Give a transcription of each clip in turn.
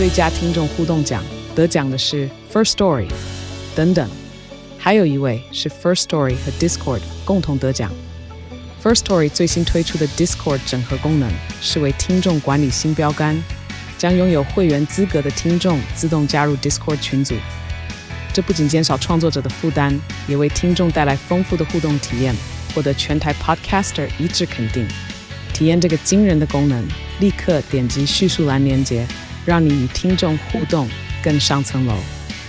最佳听众互动奖，得奖的是 First Story 等等，还有一位是 First Story 和 Discord 共同得奖。First Story 最新推出的 Discord 整合功能是为听众管理新标杆，将拥有会员资格的听众自动加入 Discord 群组。这不仅减少创作者的负担，也为听众带来丰富的互动体验，获得全台 Podcaster 一致肯定。体验这个惊人的功能，立刻点击叙述栏连结，让你与听众互动更上层楼。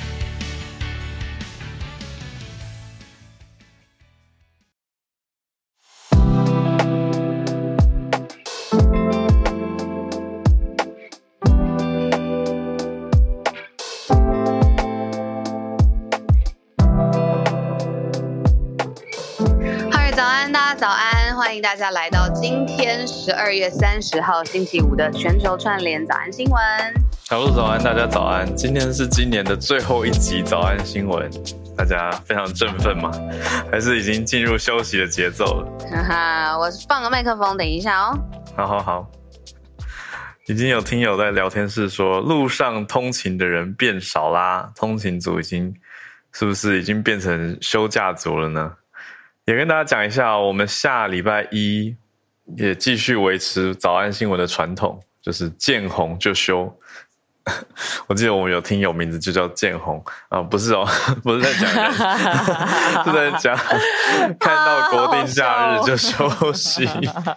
欢迎大家来到今天12月30号星期五的全球串联早安新闻。 小鹿早安，大家早安。今天是今年的最后一集早安新闻，大家非常振奋吗？还是已经进入休息的节奏了？ 哈哈，我放个麦克风，等一下哦。 好。已经有听友在聊天室说，路上通勤的人变少啦，通勤族是不是已经变成休假族了呢？也跟大家讲一下，我们下礼拜一也继续维持早安新闻的传统，就是见红就休。我记得我们有听友名字就叫见红啊，不是哦，不是在讲人，是在讲看到国定假日就休息，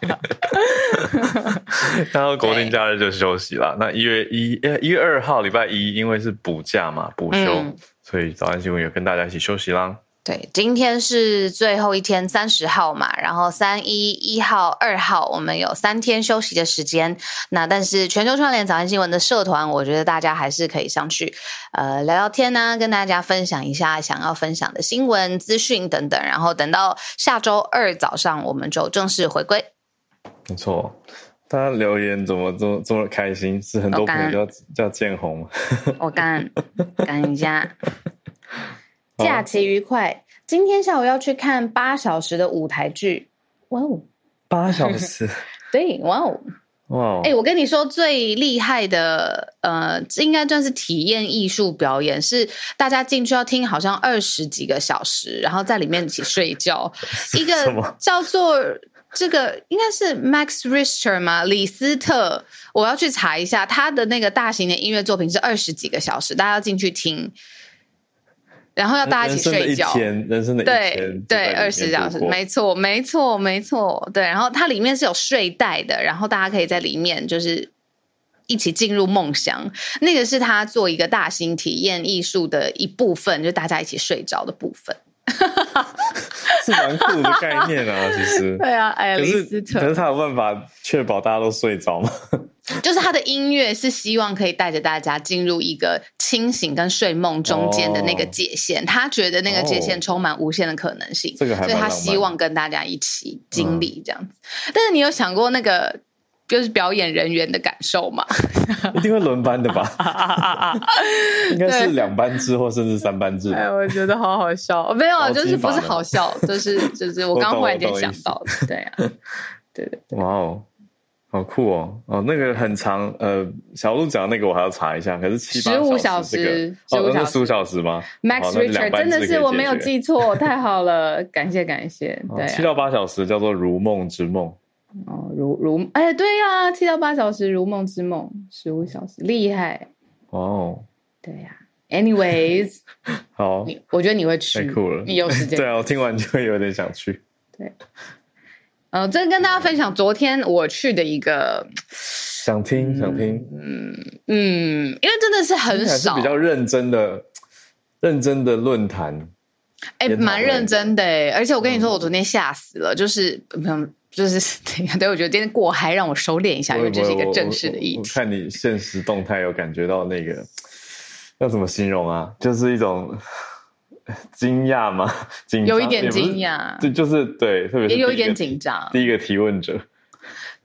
看到国定假日就休息啦。那1月2号礼拜一，因为是补假嘛，补休，所以早安新闻也跟大家一起休息啦。 对，今天是最后一天30号嘛，然后3、1号、2号我们有3天休息的时间。那但是全球串联早安新闻的社团，我觉得大家还是可以上去聊聊天啊，跟大家分享一下想要分享的新闻资讯等等，然后等到下周2早上我们就正式回归。 没错，大家留言怎么这么开心？是很多朋友叫见红吗？ 我干一下。假期愉快！今天下午要去看8小时的舞台剧，哇哦 ！8小时， 对，哇哦，哇哦！我跟你说，最厉害的应该算是体验艺术表演，是大家进去要听好像20几个小时，然后在里面一起睡觉。一个叫做这个应该是 Max Richter 吗？李斯特，我要去查一下他的那个大型的音乐作品是20几个小时，大家要进去听。然后要大家一起睡觉， 人生的一天， 对，20小时，没错，对。然后它里面是有睡袋的，然后大家可以在里面就是一起进入梦乡。那个是他做一个大型体验艺术的一部分，就是大家一起睡着的部分。 是蛮酷的概念啊，其实。 对啊，李斯特， 可是他有办法确保大家都睡着吗？ 就是他的音乐是希望可以带着大家进入一个清醒跟睡梦中间的那个界限，他觉得那个界限充满无限的可能性， 这个还蛮浪漫的， 所以他希望跟大家一起经历这样子。但是你有想过那个就是表演人员的感受吗？ 一定会轮班的吧？应该是2班制或甚至3班制。 我觉得好好笑，没有啊，就是不是好笑，就是我刚忽然间想到的，对啊，对。 哇哦！好酷哦！那个很长，小鹿讲的那个我还要查一下，可是 15小时， 那是15小时吗 ？Max Richter 真的是我没有记错，太好了，感谢。对 ，7到8小时叫做如梦之梦。 对啊，7到8小时如梦之梦，15小时，厉害！ 哦， 对呀。Anyways， 好， 我觉得你会去， 太酷了， 你有时间。 对啊，我听完就会有点想去。 对。这跟大家分享昨天我去的一个， 想听， 因为真的是很少， 是比较认真的论坛， 蛮认真的而且我跟你说，我昨天吓死了，就是对，我觉得今天过嗨，让我收敛一下，因为这是一个正式的议题。 我看你现实动态有感觉到那个要怎么形容啊？就是一种惊讶吗？ 有一点惊讶， 就是对，特别是也有一点紧张。 第一个提问者，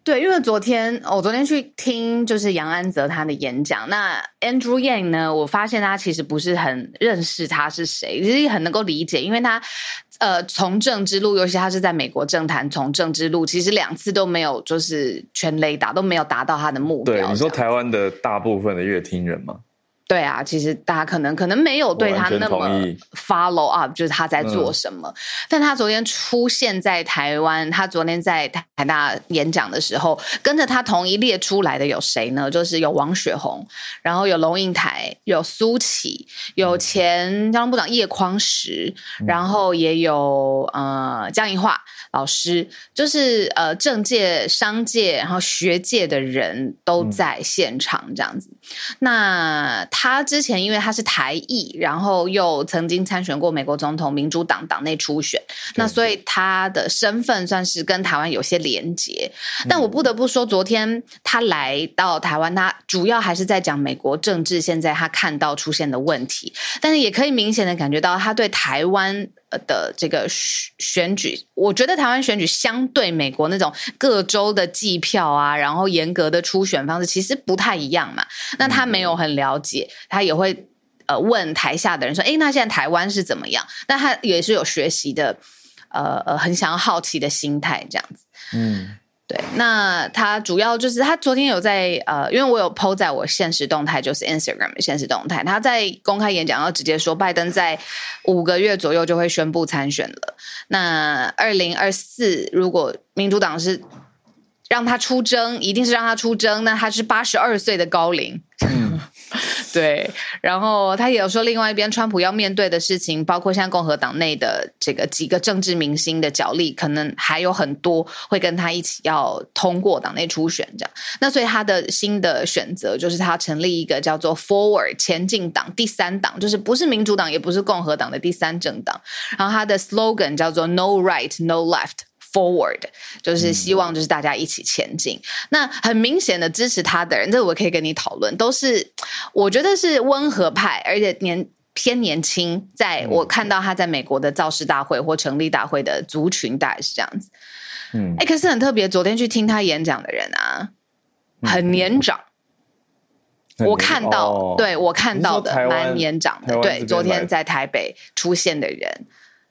对，因为我昨天去听就是杨安泽他的演讲，那 Andrew Yang 呢，我发现他其实不是很认识他是谁，其实也很能够理解，因为他从政之路，尤其他是在美国政坛从政之路，其实2次都没有就是全垒打，都没有达到他的目标。 对，你说台湾的大部分的乐听人吗？ 对啊，其实大家可能没有对他那么 follow up， 就是他在做什么。但他昨天出现在台湾，他昨天在台大演讲的时候，跟着他同一列出来的有谁呢？就是有王雪红，然后有龙应台，有苏起，有前交通部长叶匡时，然后也有江宜樺老师，就是政界、商界，然后学界的人都在现场这样子。那他之前因为他是台裔，然后又曾经参选过美国总统民主党党内初选，那所以他的身份算是跟台湾有些连结。但我不得不说，昨天他来到台湾，他主要还是在讲美国政治现在他看到出现的问题，但是也可以明显的感觉到他对台湾的这个选举，我觉得台湾选举相对美国那种各州的计票啊，然后严格的初选方式其实不太一样嘛。那他没有很了解，他也会问台下的人说，那现在台湾是怎么样？但他也是有学习的很想要好奇的心态这样子。对，那他主要就是他昨天有在因为我有 po 在我限时动态，就是 Instagram 的限时动态，他在公开演讲要直接说拜登在5个月左右就会宣布参选了。那2024如果民主党是让他出征，一定是让他出征，那他是82岁的高龄。对，然后他也有说另外一边川普要面对的事情，包括像共和党内的这个几个政治明星的角力，可能还有很多会跟他一起要通过党内初选这样。那所以他的新的选择就是他成立一个叫做 Forward 前进党，第3党，就是不是民主党也不是共和党的第3政党。然后他的 slogan 叫做 No Right No Left，Forward 就是希望就是大家一起前进。那很明显的支持他的人，这我可以跟你讨论，都是我觉得是温和派，而且偏年轻，在我看到他在美国的造势大会或成立大会的族群大概是这样子。可是很特别，昨天去听他演讲的人啊，很年长。我看到，对，我看到的蛮年长的，对，昨天在台北出现的人，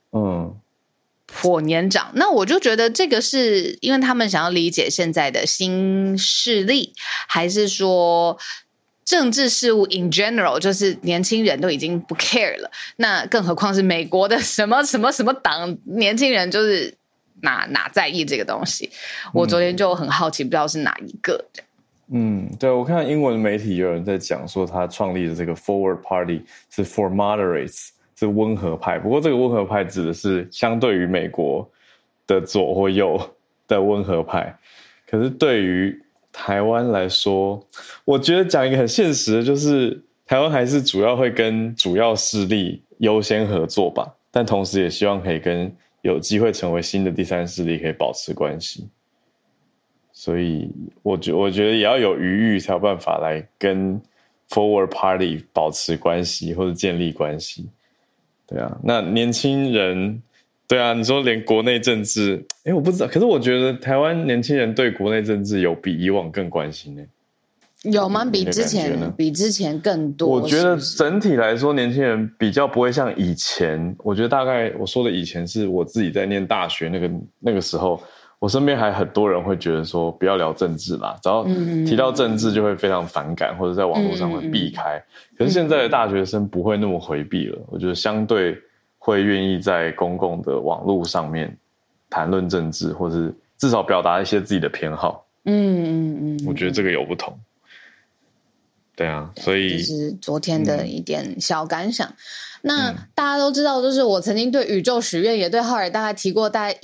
颇年长。那我就觉得这个是因为他们想要理解现在的新势力，还是说政治事务 in general 就是年轻人都已经不 care 了，那更何况是美国的什么什么什么党，年轻人就是哪在意这个东西。我昨天就很好奇，不知道是哪一个。 对，我看英文媒体有人在讲说他创立的这个 Forward Party 是 for moderates，是温和派，不过这个温和派指的是相对于美国的左或右的温和派。可是对于台湾来说，我觉得讲一个很现实的，就是台湾还是主要会跟主要势力优先合作吧，但同时也希望可以跟有机会成为新的第3势力可以保持关系。所以我觉得也要有余裕才有办法来跟 Forward Party 保持关系或者建立关系。对啊，那年轻人，对啊，你说连国内政治，我不知道，可是我觉得台湾年轻人对国内政治有比以往更关心呢。 有吗？比之前更多？ 我觉得整体来说，年轻人比较不会像以前。我觉得大概我说的以前是我自己在念大学那个时候，我身边还很多人会觉得说不要聊政治啦，只要提到政治就会非常反感，或者在网络上会避开。可是现在的大学生不会那么回避了，我觉得相对会愿意在公共的网络上面谈论政治，或是至少表达一些自己的偏好。我觉得这个有不同。对啊，所以这是昨天的一点小感想。那大家都知道，就是我曾经对宇宙许愿，也对浩尔大概提过大概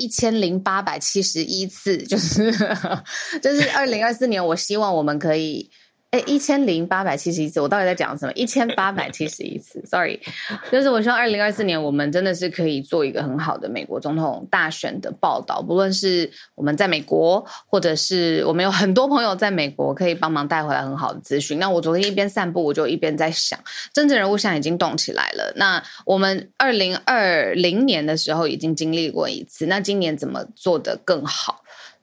1871次，就是2024年，我希望我们可以1871次，我到底在讲什么？1871次 ，sorry， 就是我希望2024年我们真的是可以做一个很好的美国总统大选的报道，不论是我们在美国，或者是我们有很多朋友在美国，可以帮忙带回来很好的资讯。那我昨天一边散步，我就一边在想，政治人物现在已经动起来了。那我们2020年的时候已经经历过一次，那今年怎么做得更好？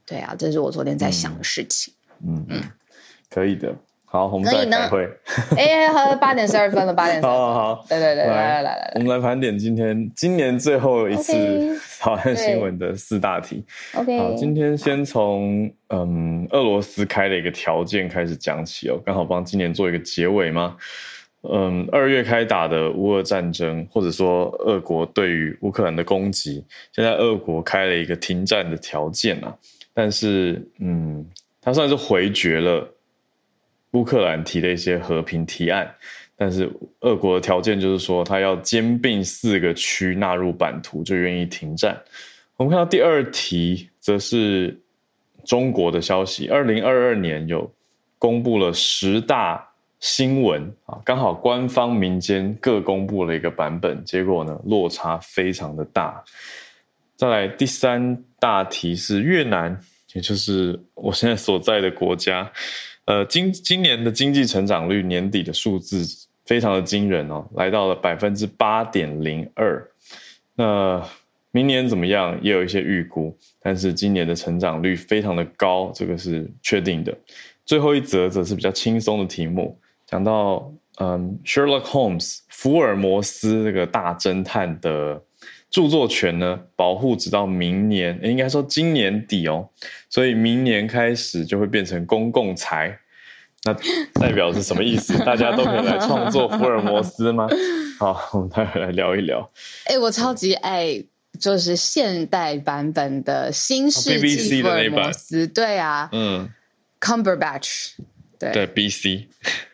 对啊，这是我昨天在想的事情。 可以的。好，我们再开会。 8:12了，8:12。 好， 对，来， 我们来盘点今年最后一次早安新闻的4大题。 OK， 好，今天先从俄罗斯开了一个条件开始讲起哦，刚好帮今年做一个结尾嘛。2月开打的乌俄战争，或者说俄国对于乌克兰的攻击，现在俄国开了一个停战的条件啊，但是他算是回绝了乌克兰提的一些和平提案，但是俄国的条件就是说他要兼并4个区纳入版图就愿意停战。我们看到第2题则是中国的消息，2022年有公布了10大新闻啊，刚好官方民间各公布了一个版本，结果呢落差非常的大。再来第3大题是越南，也就是我现在所在的国家。今年的经济成长率年底的数字非常的惊人哦，来到了 8.02%。那明年怎么样也有一些预估，但是今年的成长率非常的高，这个是确定的。最后一则则是比较轻松的题目，讲到Sherlock Holmes 福尔摩斯这个大侦探的著作权呢，保护直到明年，应该说今年底哦，所以明年开始就会变成公共财。那代表是什么意思？大家都可以来创作福尔摩斯吗？好，我们待会来聊一聊。 我超级爱就是现代版本的新世纪福尔摩斯，对啊，Cumberbatch， 对 BC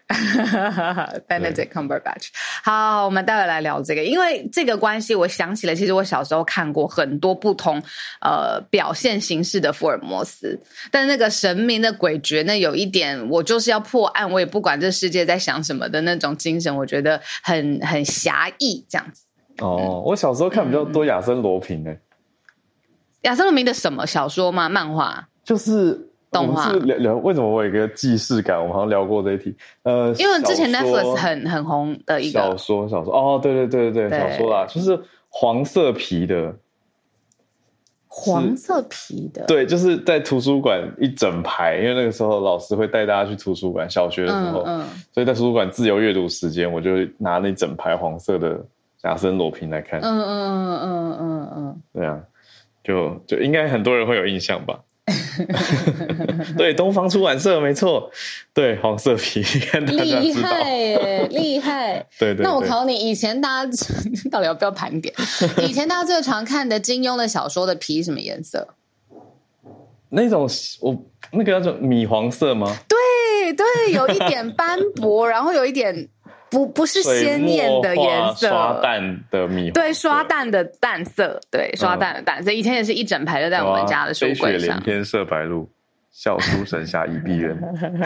Benedict Cumberbatch。 好，我们待会来聊这个，因为这个关系我想起了，其实我小时候看过很多不同表现形式的福尔摩斯，但那个神明的诡谲，那有一点我就是要破案，我也不管这世界在想什么的那种精神，我觉得很侠义这样子。 我小时候看比较多亚森罗平亚森罗平的什么小说吗？漫画？ 就是动画。为什么我有一个既视感？我们好像聊过这一题。 因为之前 Netflix 很红的一个小说哦，对，小说啦，就是黄色皮的。 黄色皮的， 对，就是在图书馆一整排，因为那个时候老师会带大家去图书馆，小学的时候，所以在图书馆自由阅读时间，我就拿那整排黄色的亚森罗平来看。对啊，就应该很多人会有印象吧。对，东方出版社没错，对，黄色皮，看大家知道。 厉害耶，厉害。 对。 那我考你，以前大家到底要不要盘点？以前大家最常看的金庸的小说的皮什么颜色？ 那种那个叫做米黄色吗？ 对，有一点斑驳，然后有一点不是鲜艳的颜色， 刷淡的米黄色， 对，刷淡的淡色，对，刷淡的淡色。以前也是一整排就在我们家的书柜上。飞雪连天射白鹿，笑书神侠倚碧鸳，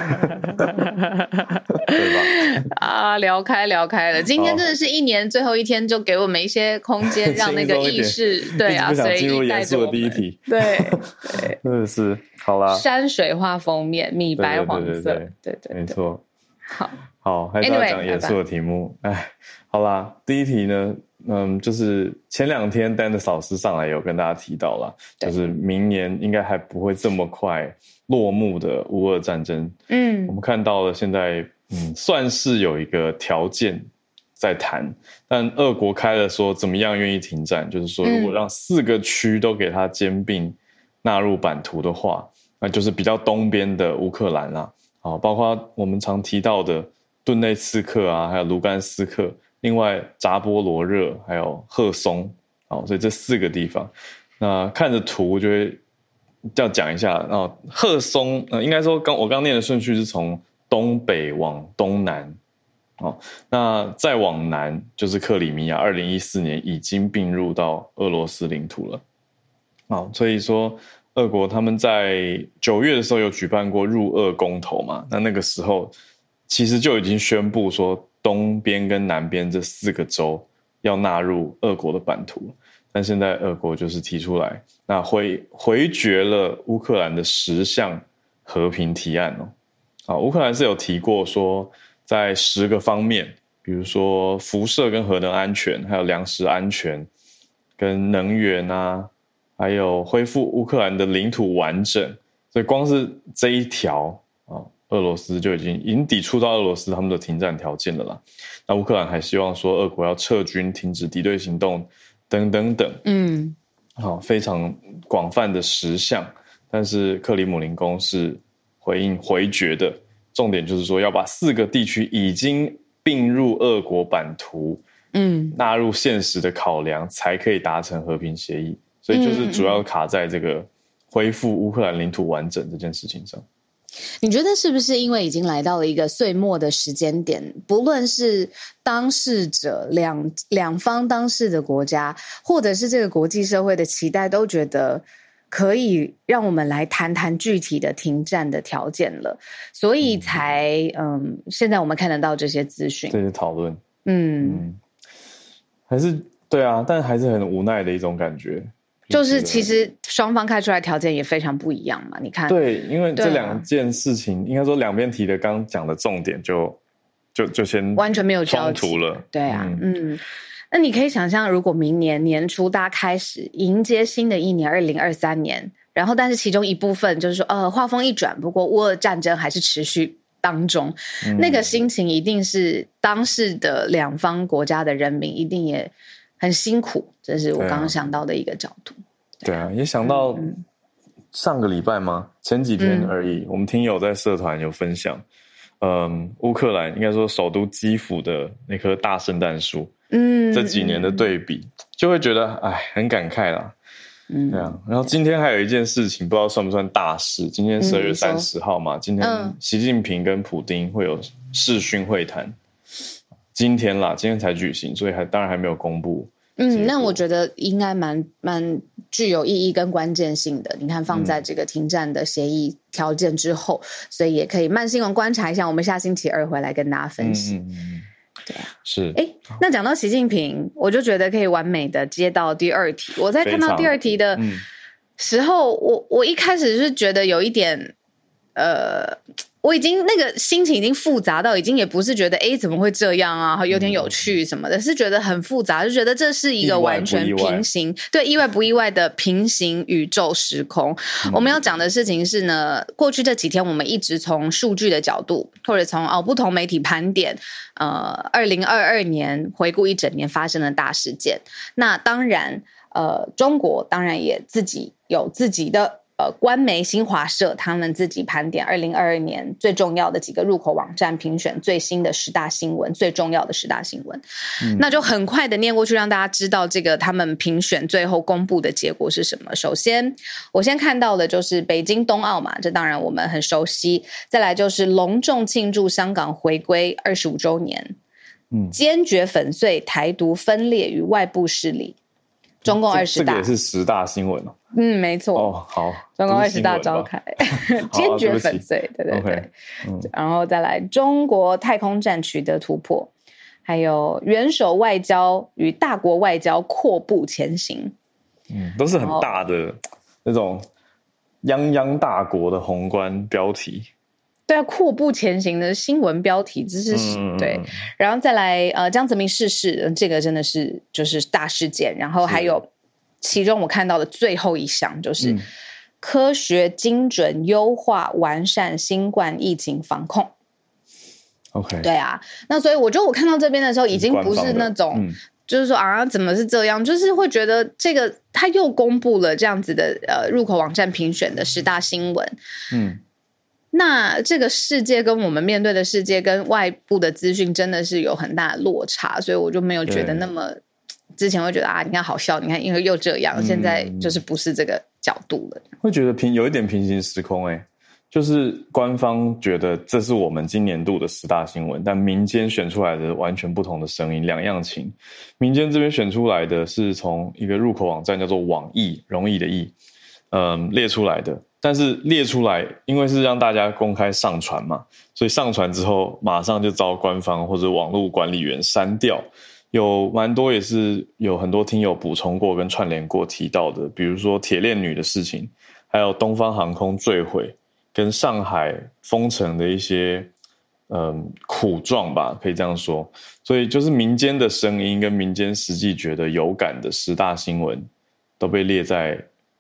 对吧？ 聊开了。今天真的是一年最后一天，就给我们一些空间，让那个意识，对啊， 随意带着我们。第一题， 对， 真的是好啦。 山水画封面，米白黄色，对， 没错。 好， 还是要讲严肃的题目。好啦，第一题呢，就是前2天丹的老师上来有跟大家提到啦，就是明年应该还不会这么快落幕的乌俄战争。我们看到了现在，算是有一个条件在谈，但俄国开了说怎么样愿意停战，就是说如果让4个区都给它兼并纳入版图的话，那就是比较东边的乌克兰啦。包括我们常提到的顿内茨克啊，还有卢甘斯克，另外扎波罗热，还有赫松，所以这4个地方。那看着图就会要讲一下，赫松，应该说我刚念的顺序是从东北往东南，那再往南就是克里米亚，2014年已经并入到俄罗斯领土了。所以说俄国他们在9月的时候有举办过入俄公投嘛，那个时候其实就已经宣布说东边跟南边这4个州要纳入俄国的版图，但现在俄国就是提出来，那回绝了乌克兰的10项和平提案乌克兰是有提过说在10个方面，比如说辐射跟核能安全，还有粮食安全跟能源啊， 还有恢复乌克兰的领土完整，所以光是这一条俄罗斯就已经抵触到俄罗斯他们的停战条件了啦。那乌克兰还希望说俄国要撤军、停止敌对行动等等等，非常广泛的10项，但是克里姆林宫是回绝的，重点就是说要把4个地区已经并入俄国版图，纳入现实的考量，才可以达成和平协议。所以就是主要卡在这个恢复乌克兰领土完整这件事情上。 你觉得是不是因为已经来到了一个岁末的时间点，不论是当事者两方当事的国家，或者是这个国际社会的期待，都觉得可以让我们来谈谈具体的停战的条件了，所以才现在我们看得到这些资讯， 这些讨论，还是对啊，但还是很无奈的一种感觉。 就是其实双方开出来条件也非常不一样嘛，你看。 对，因为这2件事情，应该说两边提的刚讲的重点就先完全没有冲突了。 对啊，那你可以想象，如果明年年初大家开始迎接新的一年2023年，然后但是其中一部分就是说话锋一转，不过乌俄战争还是持续当中，那个心情一定是当事的两方国家的人民一定也很辛苦，这是我刚刚想到的一个角度。 对啊，也想到上个礼拜吗？前几天而已，我们听友在社团有分享，乌克兰应该说首都基辅的那棵大圣诞树，这几年的对比，就会觉得很感慨啦。对啊，然后今天还有一件事情，不知道算不算大事。今天12月30号嘛，今天习近平跟普丁会有视讯会谈，今天才举行，所以当然还没有公布。 那我觉得应该蛮具有意义跟关键性的。你看，放在这个停战的协议条件之后，所以也可以慢新闻观察一下。我们下星期2回来跟大家分析。对啊， 是。 那讲到习近平，我就觉得可以完美的接到第2题。我在看到第2题的时候，我一开始是觉得有一点我已经那个心情已经复杂到已经也不是觉得怎么会这样啊，有点有趣什么的，是觉得很复杂，就觉得这是一个完全平行，对，意外不意外的平行宇宙时空。我们要讲的事情是呢，过去这几天我们一直从数据的角度，或者从不同媒体盘点2022年回顾一整年发生的大事件。那当然中国当然也自己有自己的官媒新华社，他们自己盘点2022年最重要的几个入口网站评选最新的10大新闻，最重要的10大新闻，那就很快的念过去，让大家知道这个他们评选最后公布的结果是什么。首先我先看到的就是北京冬奥嘛，这当然我们很熟悉，再来就是隆重庆祝香港回归25周年，坚决粉碎台独分裂与外部势力，中共20大， 这个也是10大新闻哦。 没错。 好， 中共20大召开，坚决粉碎，对对对。然后再来，中国太空站取得突破，还有元首外交与大国外交阔步前行， 都是很大的那种泱泱大国的宏观标题。 对啊，阔步前行的新闻标题，这是对。然后再来，江泽民逝世，这个真的是就是大事件。然后还有其中我看到的最后一项就是科学精准优化完善新冠疫情防控。 OK， 对啊，那所以我觉得我看到这边的时候，已经不是那种就是说怎么是这样，就是会觉得这个他又公布了这样子的入口网站评选的10大新闻。那这个世界跟我们面对的世界跟外部的资讯真的是有很大的落差，所以我就没有觉得那么之前会觉得你看好笑，你看因为又这样，现在就是不是这个角度了， 会觉得有一点平行时空。就是官方觉得这是我们今年度的10大新闻，但民间选出来的完全不同的声音，两样情。民间这边选出来的是从一个入口网站叫做网易，容易的易，列出来的。但是列出来因为是让大家公开上传嘛，所以上传之后马上就遭官方或者网络管理员删掉。有蛮多也是有很多听友补充过跟串联过提到的，比如说铁链女的事情，还有东方航空坠毁跟上海封城的一些苦状吧，可以这样说。所以就是民间的声音跟民间实际觉得有感的10大新闻都被列在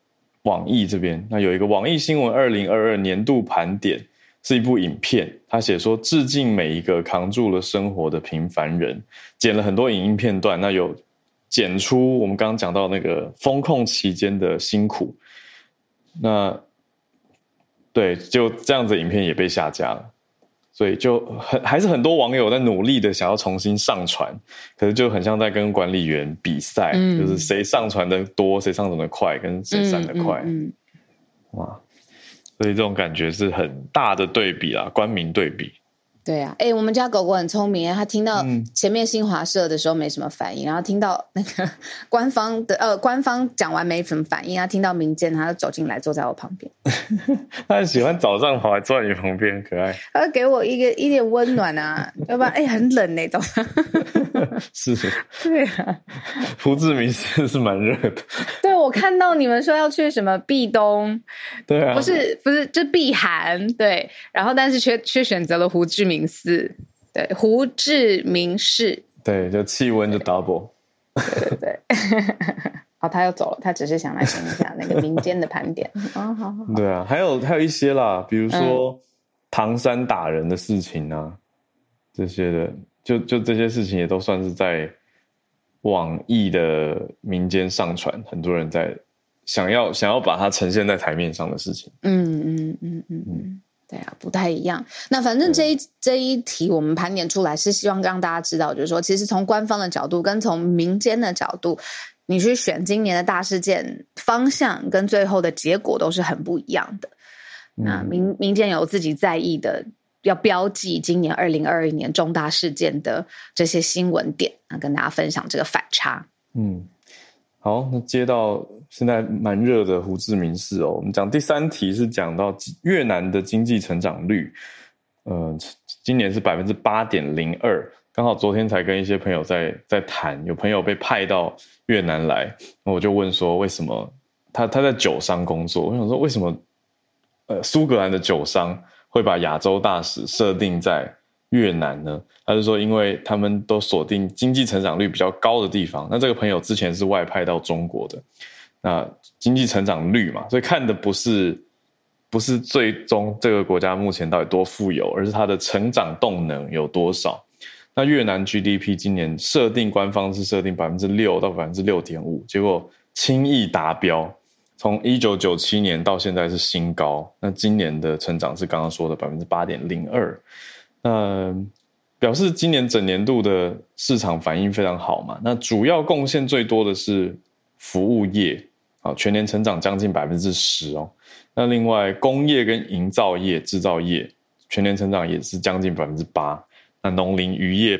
网易这边，那有一个网易新闻2022年度盘点，是一部影片，他写说致敬每一个扛住了生活的平凡人，剪了很多影音片段，那有剪出我们刚刚讲到那个封控期间的辛苦，那对，就这样子影片也被下架了。所以就还是很多网友在努力的想要重新上传，可是就很像在跟管理员比赛，就是谁上传的多，谁上传的快，跟谁删的快，哇！所以这种感觉是很大的对比啦，官民对比。 对啊，我们家狗狗很聪明，它听到前面新华社的时候没什么反应，然后听到那个官方讲完没什么反应，它听到民间，它就走进来坐在我旁边。 它很喜欢早上跑来坐在你旁边，可爱。 它给我一点温暖啊，要不然很冷早上。 是， 对啊， 胡志明市是蛮热的。 对，我看到你们说要去什么避冬， 对啊， 不是，就避寒，对，然后但是却选择了胡志明市，对，胡志明市， 对，就气温就 double， 对。哦，他又走了，他只是想来听一下那个民间的盘点。哦，好。 对啊，还有一些啦，比如说唐山打人的事情啊，这些的，就这些事情也都算是在网易的民间上传，很多人在想要把它呈现在台面上的事情。 对啊，不太一样。那反正这一题我们盘点出来是希望让大家知道，就是说其实从官方的角度跟从民间的角度，你去选今年的大事件方向跟最后的结果都是很不一样的。那民间有自己在意的要标记今年2021年重大事件的这些新闻点，那跟大家分享这个反差。 好，那接到现在蛮热的胡志明市哦，我们讲第3题是讲到越南的经济成长率，今年是 8.02%， 刚好昨天才跟一些朋友在谈，有朋友被派到越南来，我就问说为什么他在酒商工作，我想说为什么苏格兰的酒商会把亚洲大使设定在越南呢？他就说因为他们都锁定经济成长率比较高的地方，那这个朋友之前是外派到中国的，那经济成长率嘛，所以看的不是最终这个国家目前到底多富有，而是它的成长动能有多少。那越南 GDP 今年官方是设定 6% 到 6.5%， 结果轻易达标，从1997年到现在是新高。那今年的成长是刚刚说的 8.02%， 那表示今年整年度的市场反应非常好嘛。那主要贡献最多的是服务业，全年成长将近 10% 哦。那另外工业跟营造业、制造业全年成长也是将近 8%， 那农林渔业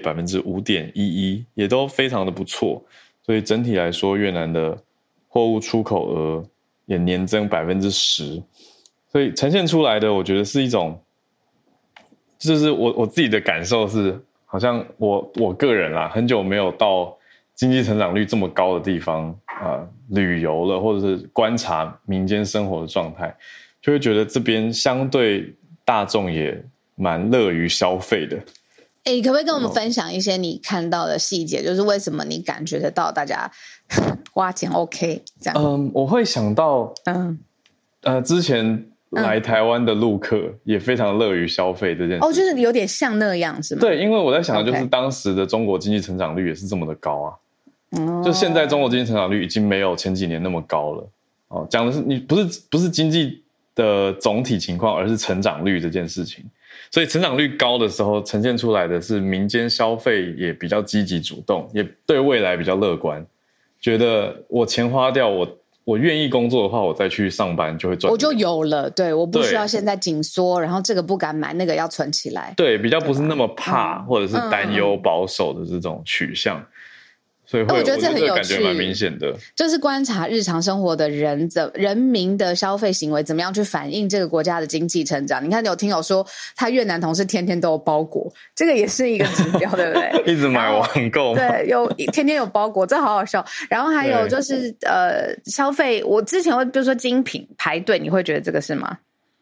5.11%， 也都非常的不错。所以整体来说，越南的货物出口额也年增 10%， 所以呈现出来的我觉得是一种，就是我自己的感受是，好像我个人啦，很久没有到经济成长率这么高的地方旅游了，或者是观察民间生活的状态，就会觉得这边相对大众也蛮乐于消费的。 可不可以跟我们分享一些你看到的细节，就是为什么你感觉得到大家花钱 OK 这样？ 我会想到之前来台湾的陆客也非常乐于消费这件事。 就是有点像那样是吗？ 对，因为我在想的就是当时的中国经济成长率也是这么的高啊。就现在中国经济成长率已经没有前几年那么高了。讲的是你不是经济的总体情况，而是成长率这件事情。所以成长率高的时候，呈现出来的是民间消费也比较积极主动，也对未来比较乐观，觉得我钱花掉，我愿意工作的话，我再去上班就会赚，我就有了。对，我不需要现在紧缩，然后这个不敢买，那个要存起来。 对，比较不是那么怕或者是担忧保守的这种取向。所以我觉得这很有趣，感觉蛮明显的， 就是观察日常生活的人民的消费行为怎么样去反映这个国家的经济成长。你看有听友说他越南同事天天都有包裹，这个也是一个指标对不对？ 一直买网购， 对，天天有包裹，这好好笑。然后还有就是消费，我之前会比如说精品排队，你会觉得这个是吗？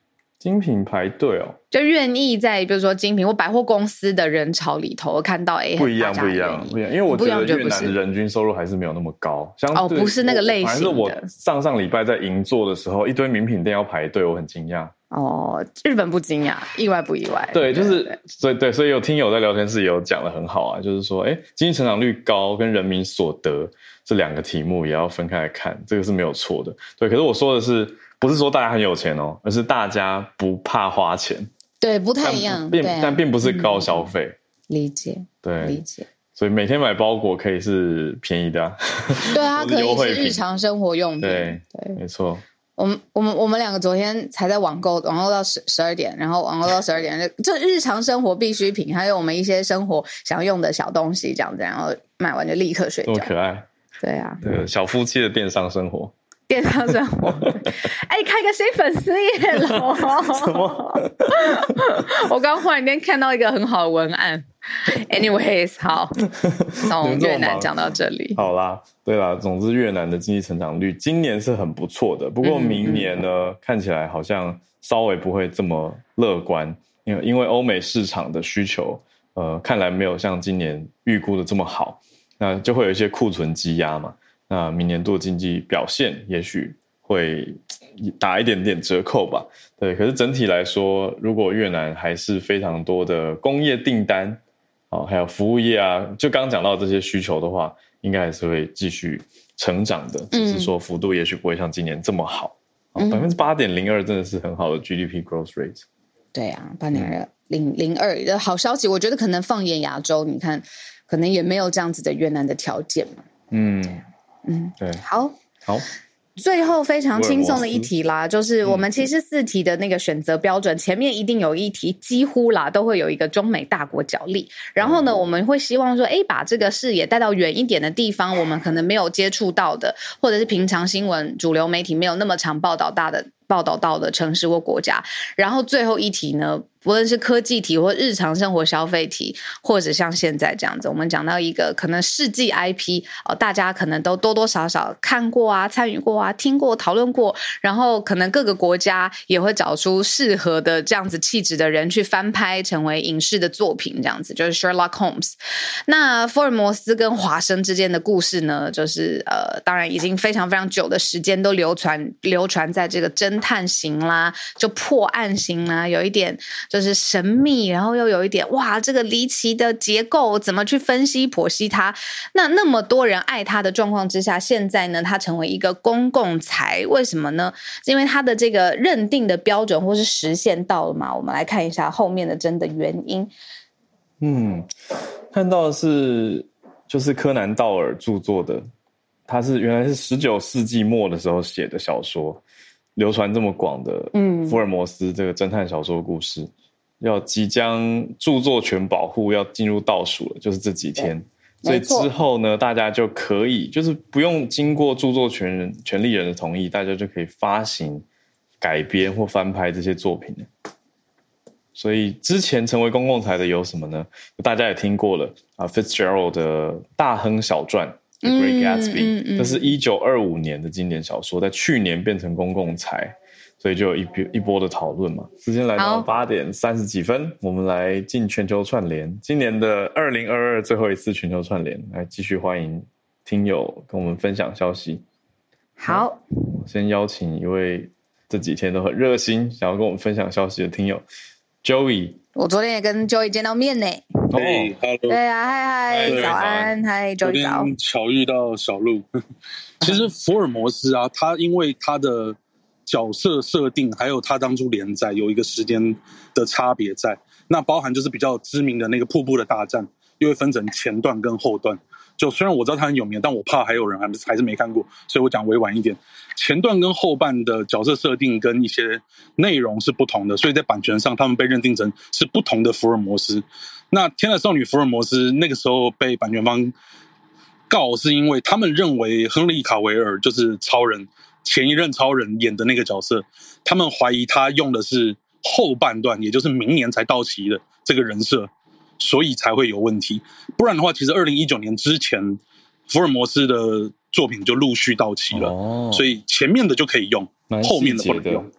精品排队哦， 就愿意在比如说精品或百货公司的人潮里头看到不一样，因为我觉得越南的人均收入还是没有那么高，相对不是那个类型的。 反正我上礼拜在银座的时候，一堆名品店要排队，我很惊讶。 日本不惊讶，意外不意外？ 对，就是所以有听友在聊天室也有讲得很好啊，就是说，经济成长率高跟人民所得这两个题目也要分开来看，这个是没有错的。对，可是我说的是，不是说大家很有钱而是大家不怕花钱。 对，不太一样， 但并不是高消费。 理解， 对， 理解。 所以每天买包裹可以是便宜的啊。 对，它可以是日常生活用品。 对，没错。 我们两个昨天才在网购到12点，然后网购到12点，就日常生活必需品，还有我们一些生活想用的小东西这样子，然后买完就立刻睡觉。 多可爱！ 对啊， 小夫妻的电商生活。 电商生活，开个新粉丝页了。 什么？ 我刚忽然间看到一个很好的文案。Anyways， 好，从越南讲到这里。 好啦，对啦，总之越南的经济成长率今年是很不错的，不过明年呢，看起来好像稍微不会这么乐观，因为欧美市场的需求，看来没有像今年预估的这么好，那就会有一些库存积压嘛。那明年度经济表现也许会打一点点折扣吧。对，可是整体来说，如果越南还是非常多的工业订单，还有服务业啊，就刚讲到这些需求的话，应该还是会继续成长的，只是说幅度也许不会像今年这么好。8.02% 真的是很好的 GDP growth rate。 对啊，8.02%的好消息，我觉得可能放眼亚洲，你看可能也没有这样子的越南的条件嘛。对，好，最后非常轻松的一题啦，就是我们其实4题的那个选择标准，前面一定有一题几乎啦都会有一个中美大国角力，然后呢我们会希望说把这个视野带到远一点的地方，我们可能没有接触到的，或者是平常新闻主流媒体没有那么常报道到的城市或国家。然后最后一题呢，不论是科技题或日常生活消费题，或者像现在这样子，我们讲到一个可能世纪 IP，大家可能都多多少少看过啊，参与过啊，听过，讨论过，然后可能各个国家也会找出适合的这样子气质的人去翻拍成为影视的作品，这样子就是 Sherlock Holmes。 那福尔摩斯跟华生之间的故事呢，就是当然已经非常非常久的时间都流传在这个侦探型啦，就破案型啦，有一点就是神秘，然后又有一点哇，这个离奇的结构怎么去分析剖析它。那么多人爱它的状况之下，现在呢它成为一个公共财，为什么呢？因为它的这个认定的标准或是实现到了嘛。我们来看一下后面的真的原因。 看到的是就是柯南道尔著作的，他是原来是19世纪末的时候写的小说，流传这么广的福尔摩斯这个侦探小说故事，要即将著作权保护要进入倒数了，就是这几天。所以之后呢，大家就可以就是不用经过著作权利人的同意，大家就可以发行、改编或翻拍这些作品了。所以之前成为公共财的有什么呢？大家也听过了Fitzgerald 的大亨小传 The Great Gatsby， 这是1925年的经典小说，在去年变成公共财，所以就有一波的讨论嘛。时间来到8点30几分，我们来进全球串联，今年的2022最后一次全球串联，来继续欢迎听友跟我们分享消息。 好， 我先邀请一位这几天都很热心想要跟我们分享消息的听友 Joey。 我昨天也跟 Joey 见到面呢。 Hey, hello。 对啊，嗨，早安，嗨 Joey 早。 巧遇到小鹿。其实福尔摩斯啊，他因为他的角色设定还有他当初连载有一个时间的差别在，那包含就是比较知名的那个瀑布的大战又会分成前段跟后段。就虽然我知道他很有名，但我怕还有人还是没看过，所以我讲委婉一点，前段跟后半的角色设定跟一些内容是不同的，所以在版权上他们被认定成是不同的福尔摩斯。那天才少女福尔摩斯那个时候被版权方告，是因为他们认为亨利卡维尔就是超人前一任超人演的那个角色，他们怀疑他用的是后半段，也就是明年才到期的这个人设，所以才会有问题。不然的话，其实2019年之前福尔摩斯的作品就陆续到期了，所以前面的就可以用，后面的不能用。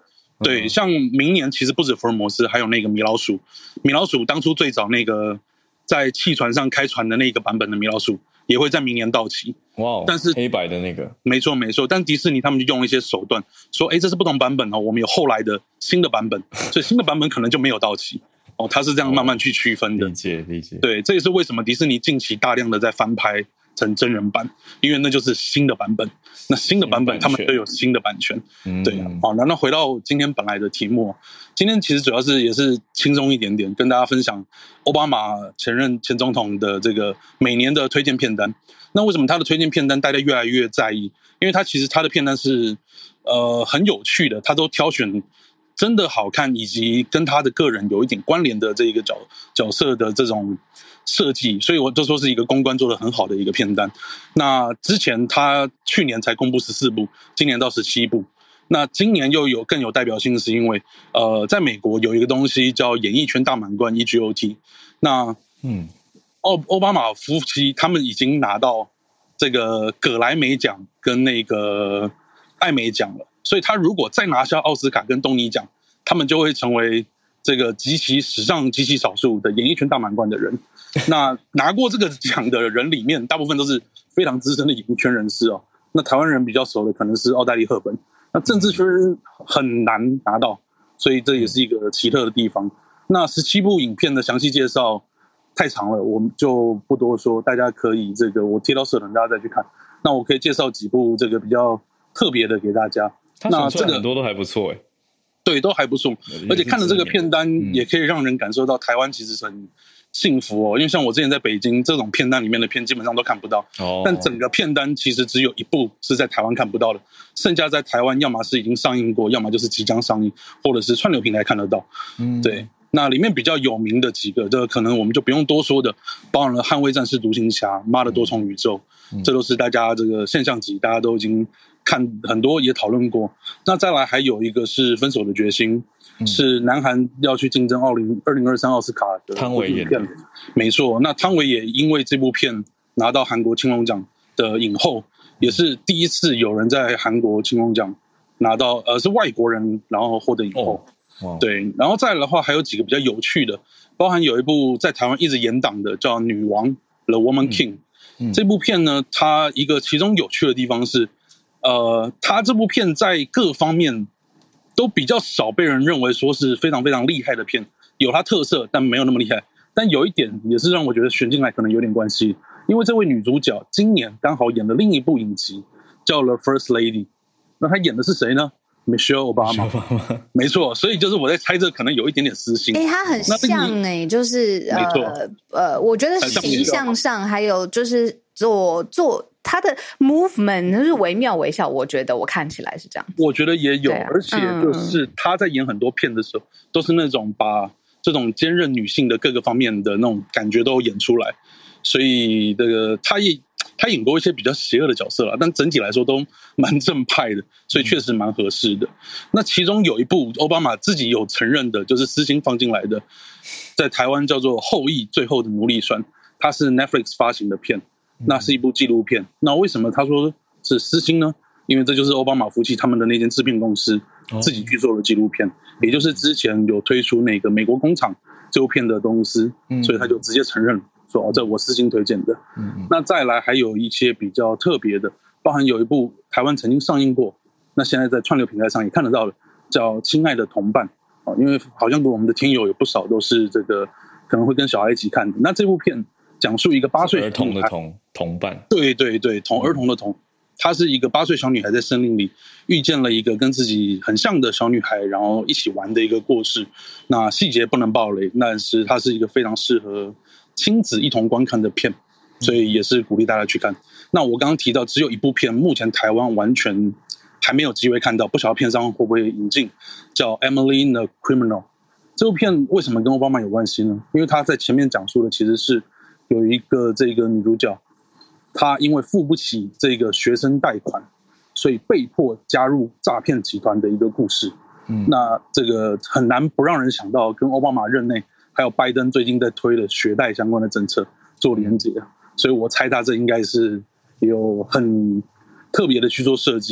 对，像明年其实不止福尔摩斯，还有那个米老鼠。米老鼠当初最早那个在汽船上开船的那个版本的米老鼠，也会在明年到期。 哇，但是黑白的那个， 没错没错。但迪士尼他们就用了一些手段，说，这是不同版本哦，我们有后来的新的版本，所以新的版本可能就没有到期。哦，它是这样慢慢去区分的。 理解。 对，这也是为什么迪士尼近期大量的在翻拍成真人版，因为那就是新的版本。那新的版本他们都有新的版权。对啊。好，那回到今天本来的题目，今天其实主要是也是轻松一点点，跟大家分享奥巴马前总统的这个每年的推荐片单。那为什么他的推荐片单大家越来越在意？因为他其实他的片单是很有趣的，他都挑选真的好看以及跟他的个人有一点关联的这一个角色的这种设计，所以我就说是一个公关做得很好的一个片单。那之前他去年才公布14部，今年到17部。那今年又有更有代表性，是因为在美国有一个东西叫演艺圈大满贯 EGOT。那奥巴马夫妻他们已经拿到这个葛莱美奖跟那个艾美奖了，所以他如果再拿下奥斯卡跟东尼奖，他们就会成为这个史上极其少数的演艺圈大满贯的人。那拿过这个奖的人里面，大部分都是非常资深的演艺圈人士哦。那台湾人比较熟的可能是奥黛丽·赫本，那政治圈很难拿到，所以这也是一个奇特的地方。那17部影片的详细介绍太长了，我们就不多说，大家可以我贴到社团，大家再去看。那我可以介绍几部这个比较特别的给大家。 那这个很多都还不错对，都还不错。而且看着这个片单，也可以让人感受到台湾其实很幸福哦。因为像我之前在北京，这种片单里面的片基本上都看不到。但整个片单其实只有一部是在台湾看不到的，剩下在台湾要么是已经上映过，要么就是即将上映，或者是串流平台看得到。对。那里面比较有名的几个，这可能我们就不用多说的，包含了《捍卫战士》、《独行侠》、《妈的多重宇宙》，这都是大家这个现象级，大家都已经看很多也讨论过。那再来还有一个是《分手的决心》，是南韩要去竞争2023奥斯卡的汤唯演的。 没错，那汤唯也因为这部片拿到韩国青龙奖的影后，也是第一次有人在韩国青龙奖拿到是外国人然后获得影后。对，然后再来的话还有几个比较有趣的，包含有一部在台湾一直延档的叫《女王》The Woman King。这部片呢，它一个其中有趣的地方是它这部片在各方面都比较少被人认为说是非常非常厉害的片，有它特色但没有那么厉害。但有一点也是让我觉得选进来可能有点关系，因为这位女主角今年刚好演了另一部影集叫 The First Lady。 那她演的是谁呢？Michelle Obama。 没错，所以就是我在猜这可能有一点点私心。 他很像就是我觉得形象上还有就是做他的 movement 就是惟妙惟肖，我觉得我看起来是这样。 我觉得也有，而且就是他在演很多片的时候，都是那种把这种坚韧女性的各个方面的那种感觉都演出来，所以这个他演过一些比较邪恶的角色啦，但整体来说都蛮正派的，所以确实蛮合适的。那其中有一部奥巴马自己有承认的，就是私心放进来的，在台湾叫做《后裔最后的奴隶船》，它是 Netflix 发行的片，那是一部纪录片。那为什么他说是私心呢？因为这就是奥巴马夫妻他们的那间制片公司自己去做的纪录片，也就是之前有推出那个美国工厂这部片的公司，所以他就直接承认说这我私心推荐的。那再来还有一些比较特别的，包含有一部台湾曾经上映过，那现在在串流平台上也看得到了，叫《亲爱的同伴》。因为好像我们的听友有不少都是这个可能会跟小孩一起看的。那这部片讲述一个8岁儿童的同伴， 对对对，儿童的童，她是一个8岁小女孩在森林里遇见了一个跟自己很像的小女孩，然后一起玩的一个故事。那细节不能爆雷，但是它是一个非常适合亲子一同观看的片，所以也是鼓励大家去看。那我刚刚提到只有一部片目前台湾完全还没有机会看到，不晓得片商会不会引进，叫 Emily the Criminal。 这部片为什么跟奥巴马有关系呢？因为他在前面讲述的其实是有一个这个女主角，她因为付不起这个学生贷款，所以被迫加入诈骗集团的一个故事。那这个很难不让人想到跟奥巴马任内还有拜登最近在推的学贷相关的政策做连结，所以我猜他这应该是有很特别的去做设计。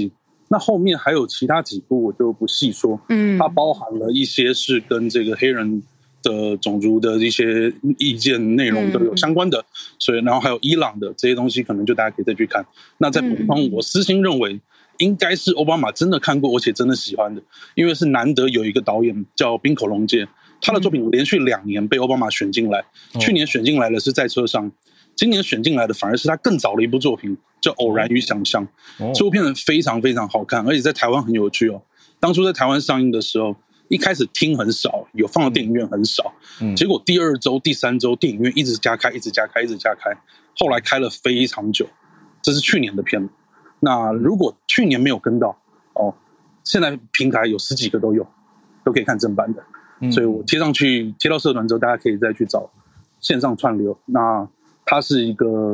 那后面还有其他几部我就不细说，它包含了一些是跟这个黑人的种族的一些意见内容都有相关的，所以然后还有伊朗的这些东西，可能就大家可以再去看。那在补充，我私心认为应该是奥巴马真的看过而且真的喜欢的，因为是难得有一个导演叫滨口龙介，他的作品连续2年被奥巴马选进来，去年选进来的是在车上，今年选进来的反而是他更早的一部作品叫《偶然与想象》，这部片子非常非常好看，而且在台湾很有趣哦。当初在台湾上映的时候，一开始厅很少，有放的电影院很少，结果第2周、第3周电影院一直加开，一直加开，一直加开，后来开了非常久。这是去年的片子。那如果去年没有跟到现在平台有10几个都可以看正版的，所以我贴上去，贴到社团之后，大家可以再去找线上串流。那它是一个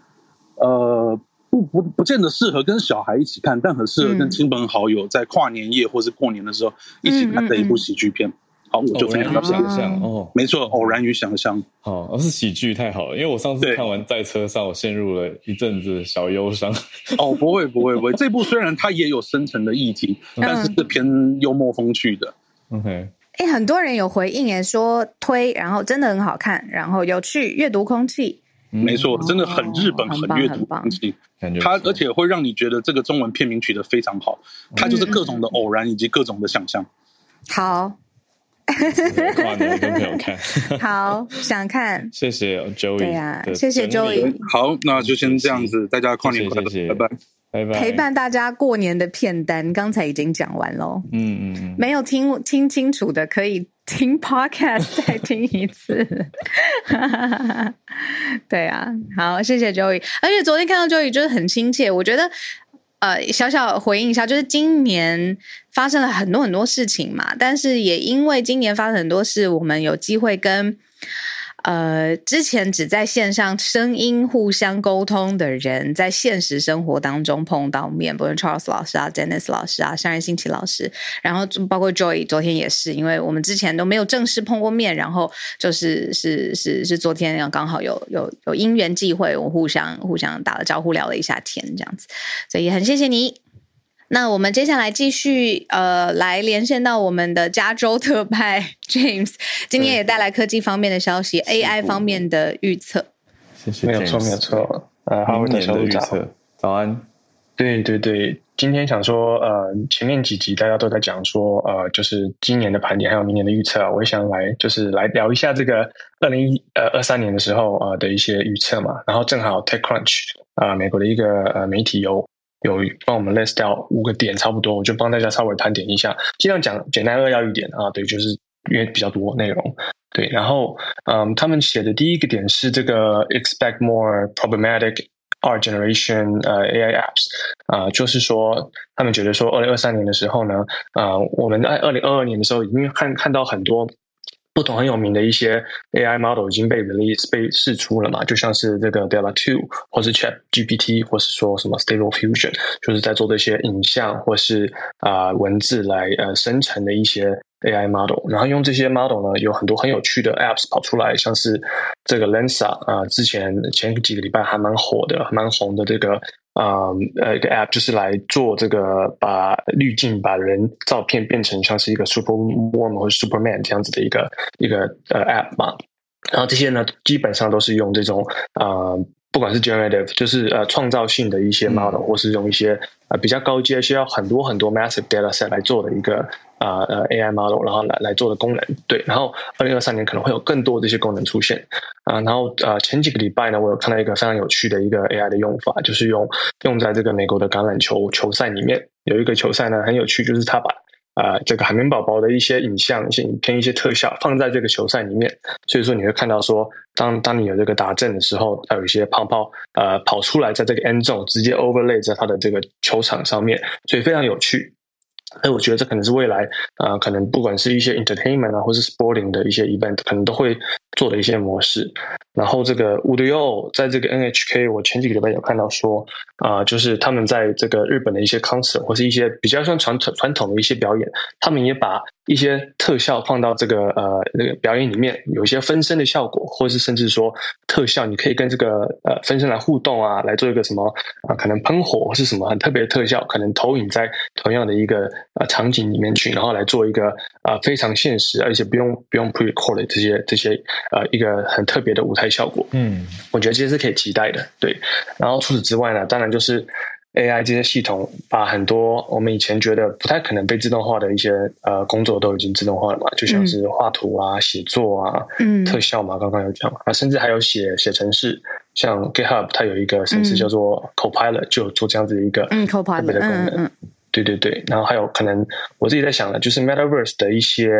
不见得适合跟小孩一起看，但很适合跟亲朋好友在跨年夜或是过年的时候一起看的一部喜剧片。好，我就分享到这里。没错，偶然与想象。 是喜剧，太好了！因为我上次看完在车上，我陷入了一阵子小忧伤。 不会，这部虽然它也有深层的议题，但是是偏幽默风趣的。 OK。 很多人有回应说推，然后真的很好看，然后有趣，阅读空气。 没错，真的很日本，很阅读空气。它而且会让你觉得这个中文片名取得非常好，它就是各种的偶然以及各种的想象。 好。 跨年跟朋友看。 好，想看。 谢谢 Joey。 对呀，谢谢 Joey。 好，那就先这样子，大家跨年快乐，拜拜。 拜拜。 陪伴大家过年的片单，刚才已经讲完咯。没有听清楚的，可以听 podcast 再听一次。对啊，好，谢谢 Joey。而且昨天看到 Joey 就是很亲切，我觉得小小回应一下，就是今年发生了很多很多事情嘛，但是也因为今年发生很多事，我们有机会跟之前只在线上声音互相沟通的人，在现实生活当中碰到面，不论 Charles 老师啊、Dennis 老师啊、上任星期老师，然后包括 Joy 昨天也是，因为我们之前都没有正式碰过面，然后就是昨天刚好有因缘际会，我互相打了招呼，聊了一下天，这样子，所以很谢谢你。那我们接下来继续来连线到我们的加州特派 James， 今天也带来科技方面的消息 ，AI 方面的预测。 谢谢 James， 没有错。哈维的小预测， 早安。 对，今天想说前面几集大家都在讲说就是今年的盘点还有明年的预测，我也想来聊一下这个2023年的时候的一些预测嘛。然后正好 TechCrunch 美国的一个媒体有帮我们 list 掉5个点差不多，我就帮大家稍微盘点一下，尽量讲简单扼要一点对，就是因为比较多内容。对，然后他们写的第一个点是这个 expect more problematic art generation AI apps 就是说他们觉得说2023年的时候呢我们在2022年的时候已经看到很多不同很有名的一些 AI model 已经被 release 被释出了嘛，就像是这个 Llama 2或是 ChatGPT 或是说什么 Stable Diffusion， 就是在做这些影像或是文字来生成的一些 AI model， 然后用这些 model 呢有很多很有趣的 apps 跑出来，像是这个 Lensa 前几个礼拜还蛮火的蛮红的这个一个 app， 就是来做这个把滤镜把人照片变成像是一个 Superwoman 或者 Superman 这样子的一个app 嘛。然后这些呢基本上都是用这种不管是 generative 就是创造性的一些 model， 或是用一些比较高阶需要很多 massive data set 来做的一个AI model， 然后来做的功能。对，然后2023年可能会有更多这些功能出现然后前几个礼拜呢我有看到一个非常有趣的一个 AI 的用法，就是用在这个美国的橄榄球赛里面，有一个球赛呢很有趣，就是他把这个海绵宝宝的一些影像、一些影片、一些特效放在这个球赛里面，所以说你会看到说，当你有这个打阵的时候，它有一些泡泡跑出来，在这个 end zone 直接 overlay 在它的这个球场上面，所以非常有趣。所以我觉得这可能是未来可能不管是一些 entertainment或是 sporting 的一些 event 可能都会做的一些模式。 然后这个5.6在这个 NHK 我前几个礼拜有看到说就是他们在这个日本的一些 concert 或是一些比较像传统的一些表演，他们也把一些特效放到这个那个表演里面，有一些分身的效果，或是甚至说特效你可以跟这个分身来互动啊，来做一个什么可能喷火或是什么很特别的特效，可能投影在同样的一个场景里面去，然后来做一个非常现实而且不用 pre-record 的这些一个很特别的舞台效果。我觉得这些是可以期待的。对，然后除此之外呢，当然就是 AI 这些系统把很多我们以前觉得不太可能被自动化的一些工作都已经自动化了嘛，就像是画图啊、写作啊、特效嘛，刚刚有讲啊，甚至还有写程式，像 GitHub 它有一个程式叫做 Copilot，就有做这样子的一个特别的功能。对对对，然后还有可能我自己在想的，就是 Metaverse 的一些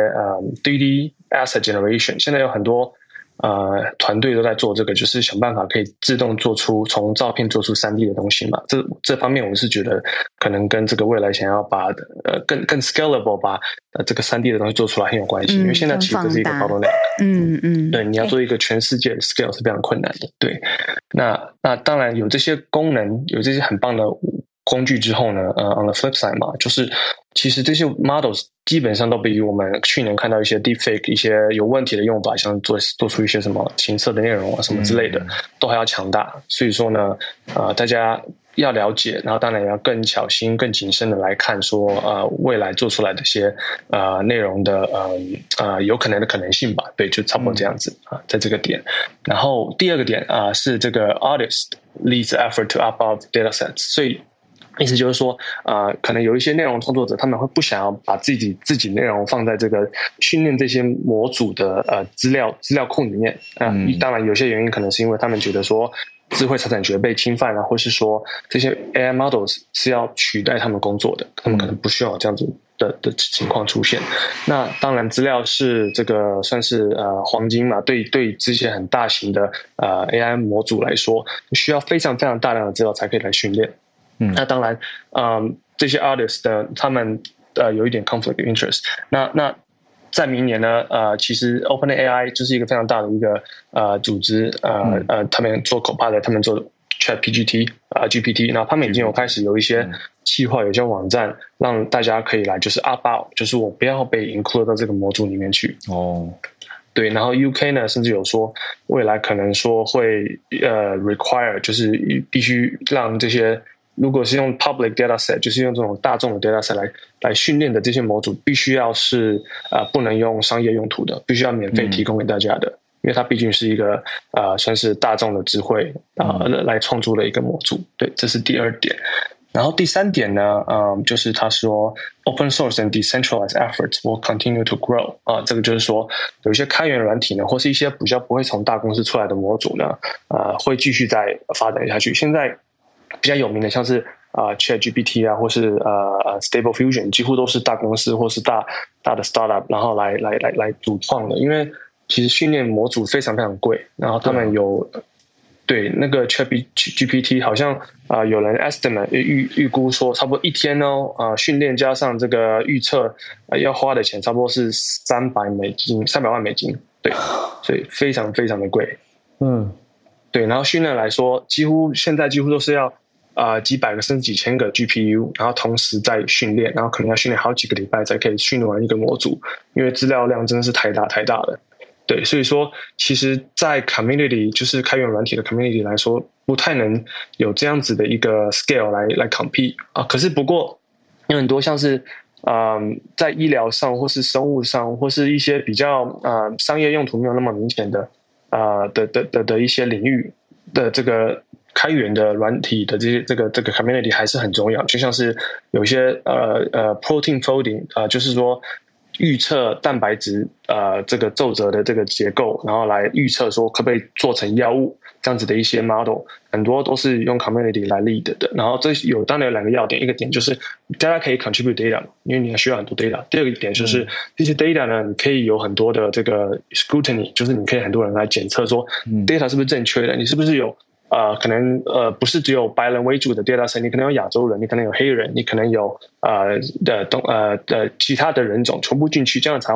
3D asset generation， 现在有很多团队都在做这个，就是想办法可以自动做出从照片做出 3D 的东西嘛。这方面我是觉得可能跟这个未来想要把更 scalable 把这个 3D 的东西做出来很有关系，因为现在其实这是一个bottleneck。对，你要做一个全世界的 scale 是非常困难的。对，那当然有这些功能，有这些很棒的工具之后呢on the flip side 嘛，就是其实这些 models 基本上都比我们去年看到一些 deepfake 一些有问题的用法，像做出一些什么情色的内容啊什么之类的，都还要强大。所以说呢大家要了解，然后当然也要更小心更谨慎的来看说未来做出来的一些内容的有可能的可能性吧。对，就差不多这样子在这个点。然后第二个点是这个 artist leads effort to upload data sets， 所以意思就是说可能有一些内容创作者他们会不想要把自己内容放在这个训练这些模组的资料库里面当然有些原因可能是因为他们觉得说智慧财产权被侵犯或是说这些 AI models 是要取代他们工作的，他们可能不需要这样子的情况出现。那当然资料是这个算是黄金嘛，对这些很大型的AI 模组来说需要非常非常大量的资料才可以来训练。那当然这些 artists 的他们有一点 conflict of interest。那在明年呢其实 OpenAI 就是一个非常大的一个组织他们做 Copilot， 他们做 ChatGPT GPT， 然后他们已经有开始有一些企划，有一些网站让大家可以来就是 opt out， 就是我不要被 include 到这个模组里面去。对，然后 UK 呢甚至有说未来可能说会require 就是必须让这些如果是用 public data set， 就是用这种大众的 data set 来训练的这些模组，必须要是不能用商业用途的，必须要免费提供给大家的，因为它毕竟是一个算是大众的智慧来创作的一个模组。对，这是第二点。然后第三点呢就是他说 open source and decentralized efforts will continue to grow 这个就是说有一些开源软体呢，或是一些比较不会从大公司出来的模组呢会继续再发展下去。现在比较有名的像是ChatGPT 或是Stable Fusion 几乎都是大公司或是大的 startup 然后来主创的，因为其实训练模组非常非常贵，然后他们有对那个 ChatGPT 好像有人 estimate 预估说差不多一天训练加上这个预测要花的钱差不多是300万美金。对，所以非常非常的贵。对，然后训练来说现在几乎都是要几百个甚至几千个 GPU， 然后同时在训练，然后可能要训练好几个礼拜才可以训练完一个模组，因为资料量真的是太大了。对，所以说其实在 community 就是开源软体的 community 来说不太能有这样子的一个 scale 来 compete 可是不过有很多像是在医疗上或是生物上或是一些比较商业用途没有那么明显的一些领域的这个开源的软体的这个 community 还是很重要。就像是有些protein folding 就是说预测蛋白质这个皱褶的这个结构，然后来预测说可不可以做成药物这样子的一些 model， 很多都是用 community 来 lead 的。然后这当然有2个要点，一个点就是大家可以 contribute data， 因为你需要很多 data。第二个点就是这些 data 呢，你可以有很多的这个 scrutiny， 就是你可以很多人来检测说 data 是不是正确的，你是不是有可能不是只有白人为主的 data set， 你可能有亚洲人，你可能有黑人，你可能有其他的人种全部进去，这样才会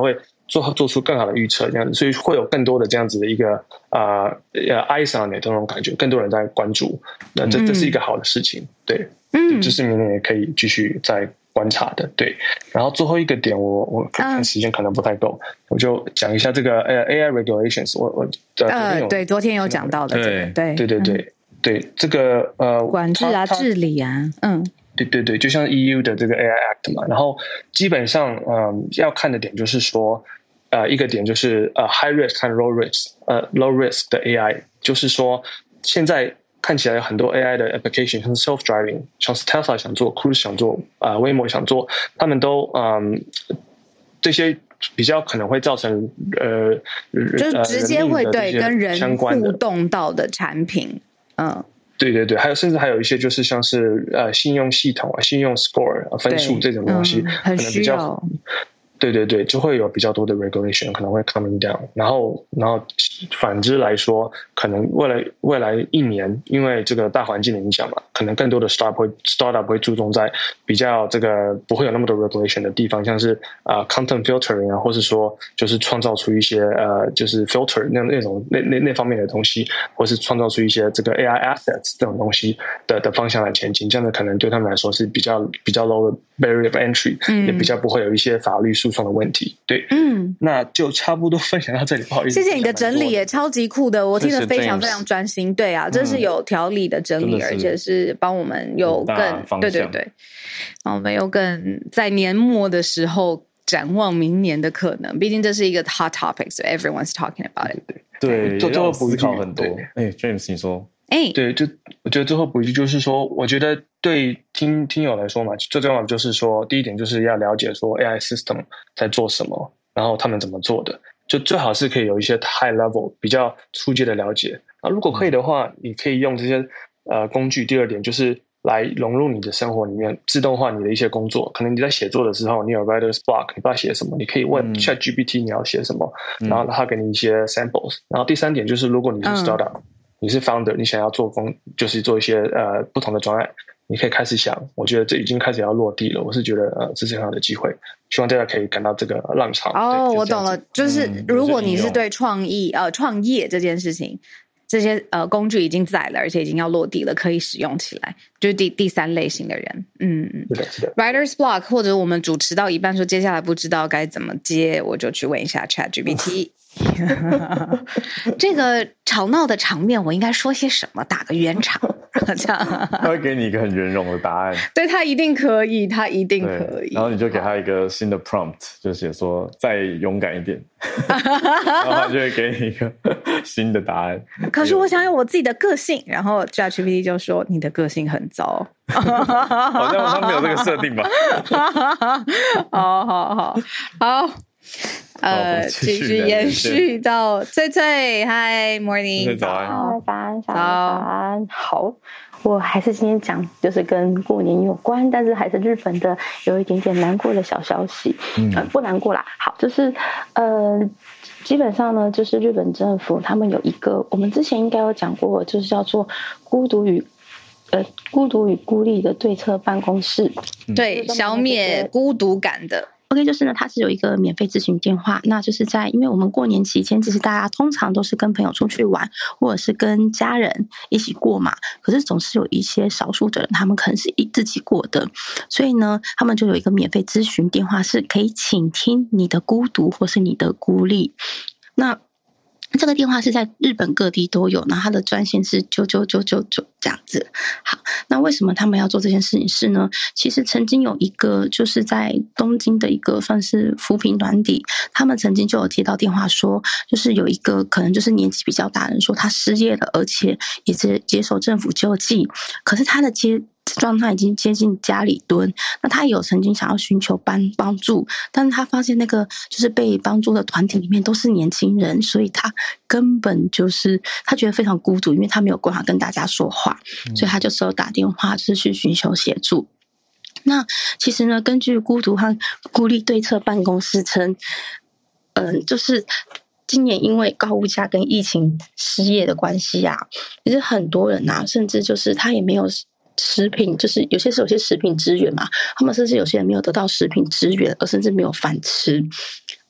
做出更好的预测，这样子，所以会有更多的这样子的一个eyes on it 这种感觉，更多人在关注，那这是一个好的事情，对，这是明年也可以继续再观察的，对。然后最后一个点我看时间可能不太够，我就讲一下这个AI regulations， 对，昨天有讲到的， 对，这个管制啊，治理啊， 对，就像 EU 的这个 AI Act 嘛，然后基本上要看的点就是说一个点就是high risk 和 low risk 的 AI， 就是说现在看起来有很多 AI 的 application， 像 self driving， 像是 Tesla 想做 ，Cruise 想做，Waymo 想做，他们都这些比较可能会造成就是直接会对跟人互动到的产品， 对，还有甚至还有一些就是像是信用系统啊、信用 score 分数这种东西， 很需要。 对，就会有比较多的 regulation 可能会 coming down， 然后反之来说，可能未来一年，因为这个大环境的影响嘛，可能更多的 startup 会注重在比较这个不会有那么多 regulation 的地方，像是content filtering 啊，或是说就是创造出一些就是 filter 那方面的东西，或是创造出一些这个 AI assets 这种东西的方向来前进，这样的可能对他们来说是比较 low 的 barrier of entry，也比较不会有一些法律诉讼的问题。对，那就差不多分享到这里，不好意思。 谢谢你的整理，也超级酷的，我听得非常非常专心。对啊，这是有条理的整理，而且是帮我们有更对，我们有更在年末的时候展望明年的可能。毕竟这是一个 hot topic， so everyone's talking about it。 对，最后思考很多。James， 你说。 对，就我觉得最后补一句就是说，我觉得对听友来说嘛，最重要的就是说，第一点就是要了解说 AI system 在做什么，然后他们怎么做的，就最好是可以有一些 high level 比较初阶的了解。如果可以的话，你可以用这些工具。第二点就是来融入你的生活里面，自动化你的一些工作。可能你在写作的时候，你有 writer's block， 你不知道写什么，你可以问 ChatGPT 你要写什么，然后他给你一些 samples。然后第三点就是，如果你是 startup，你是 founder， 你想要就是做一些不同的专案，你可以开始想。我觉得这已经开始要落地了，我是觉得这是很好的机会，希望大家可以赶到这个浪潮。 我懂了，就是如果你是对创业这件事情，这些工具已经在了，而且已经要落地了，可以使用起来，就是第三类型的人。 是的 Writer's block， 或者我们主持到一半说接下来不知道该怎么接，我就去问一下 ChatGPT。这个吵闹的场面我应该说些什么，打个圆场。这样他会给你一个很圆融的答案。 对，他一定可以，然后你就给他一个新的 prompt， 就写说再勇敢一点。然后他就会给你一个新的答案。 可是我想有我自己的个性，然后 ChatGPT 就说你的个性很糟。 好像没有这个设定吧。 好继续延续到翠翠。Hi morning， 早安。 早安。好，我还是今天讲就是跟过年有关，但是还是日本的有一点点难过的小消息。不难过啦。好，就是基本上呢，就是日本政府他们有一个，我们之前应该有讲过，就是叫做孤独与孤立的对策办公室。 对，消灭孤独感的。 OK， 就是呢，它是有一个免费咨询电话，那就是因为我们过年期间，其实大家通常都是跟朋友出去玩，或者是跟家人一起过嘛，可是总是有一些少数的人，他们可能是自己过的，所以呢，他们就有一个免费咨询电话，是可以倾听你的孤独或是你的孤立。那这个电话是在日本各地都有，然后它的专线是9999这样子。好，那为什么他们要做这件事情是呢？其实曾经有一个就是在东京的一个算是扶贫团体，他们曾经就有接到电话说，就是有一个可能就是年纪比较大的人说他失业了，而且也是接受政府救济，可是他的状态已经接近家里蹲，那他有曾经想要寻求帮助，但是他发现那个就是被帮助的团体里面都是年轻人，所以他根本就是他觉得非常孤独，因为他没有办法跟大家说话，所以他就只有打电话就是去寻求协助。那其实呢，根据孤独和孤立对策办公室称，就是今年因为高物价跟疫情失业的关系啊，其实很多人啊，甚至就是他也没有食品，就是有些食品支援嘛，他们甚至有些人没有得到食品支援，而甚至没有饭吃。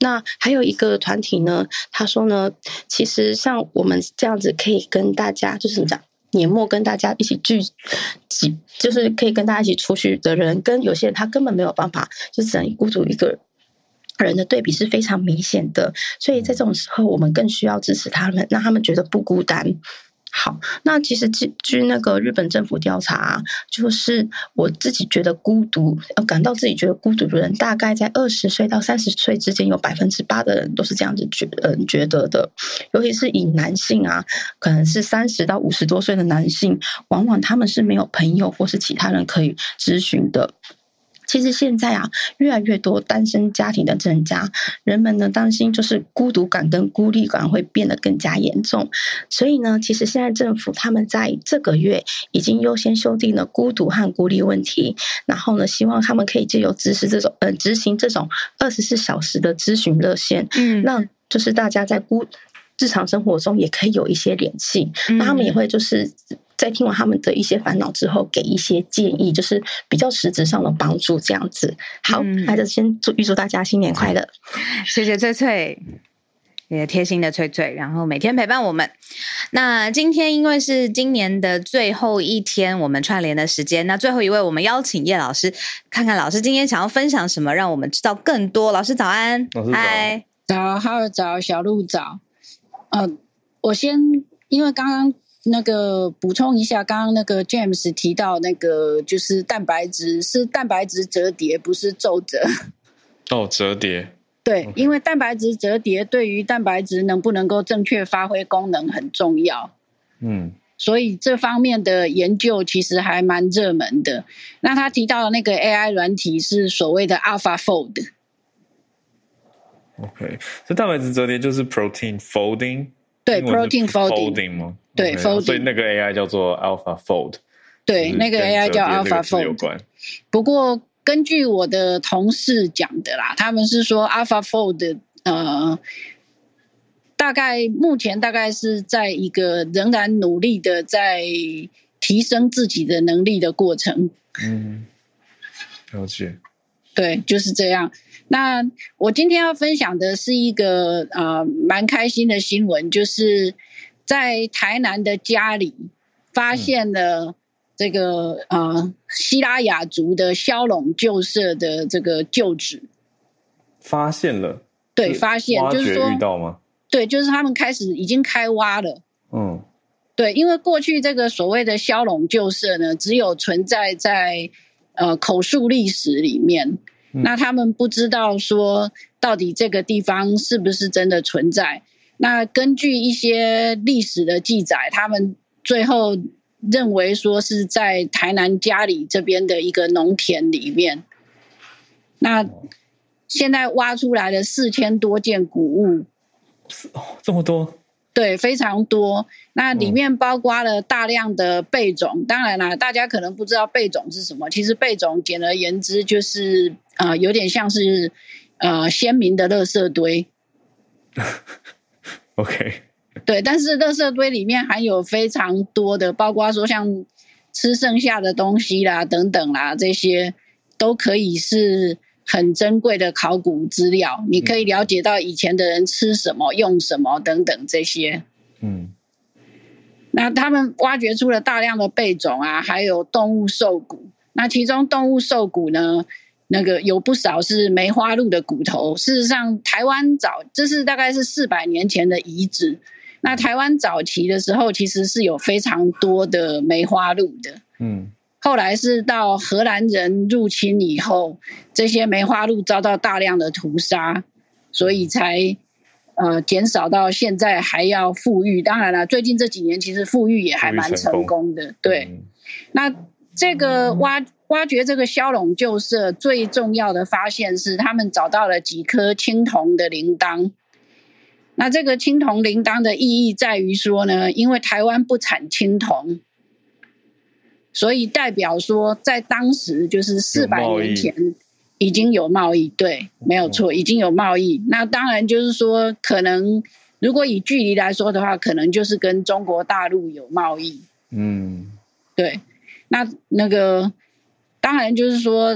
那还有一个团体呢，他说呢，其实像我们这样子可以跟大家就是怎么讲，年末跟大家一起就是可以跟大家一起出去的人，跟有些人他根本没有办法，就只能孤独一个人的对比是非常明显的。所以在这种时候，我们更需要支持他们，让他们觉得不孤单。好，那其实据那个日本政府调查就是我自己觉得感到自己觉得孤独的人，大概在20岁到30岁之间，有8%的人都是这样子觉得的。尤其是以男性可能是30到50多岁的男性，往往他们是没有朋友或是其他人可以咨询的。其实现在越来越多单身家庭的增加，人们呢担心就是孤独感跟孤立感会变得更加严重，所以呢，其实现在政府他们在这个月已经优先修订了孤独和孤立问题，然后呢，希望他们可以借由执行这种24小时的咨询热线，让就是大家在日常生活中也可以有一些联系，那他们也会就是在听完他们的一些烦恼之后，给一些建议，就是比较实质上的帮助这样子。好，那就先预祝大家新年快乐。 谢谢翠翠，也贴心的翠翠，然后每天陪伴我们。那今天因为是今年的最后一天，我们串联的时间，那最后一位我们邀请叶老师，看看老师今天想要分享什么，让我们知道更多。老师早安。 老师早。 嗨，早，浩儿早，小鹿早。我先因为刚刚那个补充一下，刚刚那个 James 提到那个就是蛋白质是蛋白质折叠，不是皱褶。 折叠。 对，因为蛋白质折叠对于蛋白质能不能够正确发挥功能很重要。所以这方面的研究其实还蛮热门的。那他提到的那个 AI 软体是所谓的 AlphaFold。OK， 这蛋白质折叠就是 protein folding。 对 ，protein folding 吗？ 对 ，folding。 所以那个 AI 叫做 AlphaFold。 对，那个 AI 叫 AlphaFold。不过根据我的同事讲的啦，他们是说 AlphaFold 目前大概是在一个仍然努力的在提升自己的能力的过程。 了解。 对，就是这样。那我今天要分享的是一个蛮开心的新闻，就是在台南的家里发现了这个西拉雅族的骁龙旧社的这个旧址。 发现了？ 对，发现就是说遇到吗？ 对，就是他们已经开挖了。对，因为过去这个所谓的骁龙旧社呢，只有存在在口述历史里面。那他们不知道说到底这个地方是不是真的存在。那根据一些历史的记载，他们最后认为说是在台南佳里这边的一个农田里面。那现在挖出来了4000多件古物。 这么多？ 对，非常多。那里面包括了大量的贝种。当然啦，大家可能不知道贝种是什么，其实贝种简而言之就是有点像是先民的垃圾堆。 OK。 对，但是垃圾堆里面含有非常多的，包括说像吃剩下的东西啦等等啦，这些都可以是很珍贵的考古资料，你可以了解到以前的人吃什么用什么等等这些。那他们挖掘出了大量的贝种还有动物兽骨。那其中动物兽骨呢，那个有不少是梅花鹿的骨头。事实上台湾这是大概是400年前的遗址。那台湾早期的时候其实是有非常多的梅花鹿的。后来是到荷兰人入侵以后，这些梅花鹿遭到大量的屠杀，所以才减少到现在还要复育。当然了，最近这几年其实复育也还蛮成功的。对，那这个挖掘这个骁龙旧社最重要的发现是，他们找到了几颗青铜的铃铛。那这个青铜铃铛的意义在于说呢，因为台湾不产青铜，所以代表说在当时就是400年前已经有贸易。对，没有错，已经有贸易。那当然就是说可能如果以距离来说的话，可能就是跟中国大陆有贸易。对，那个当然就是说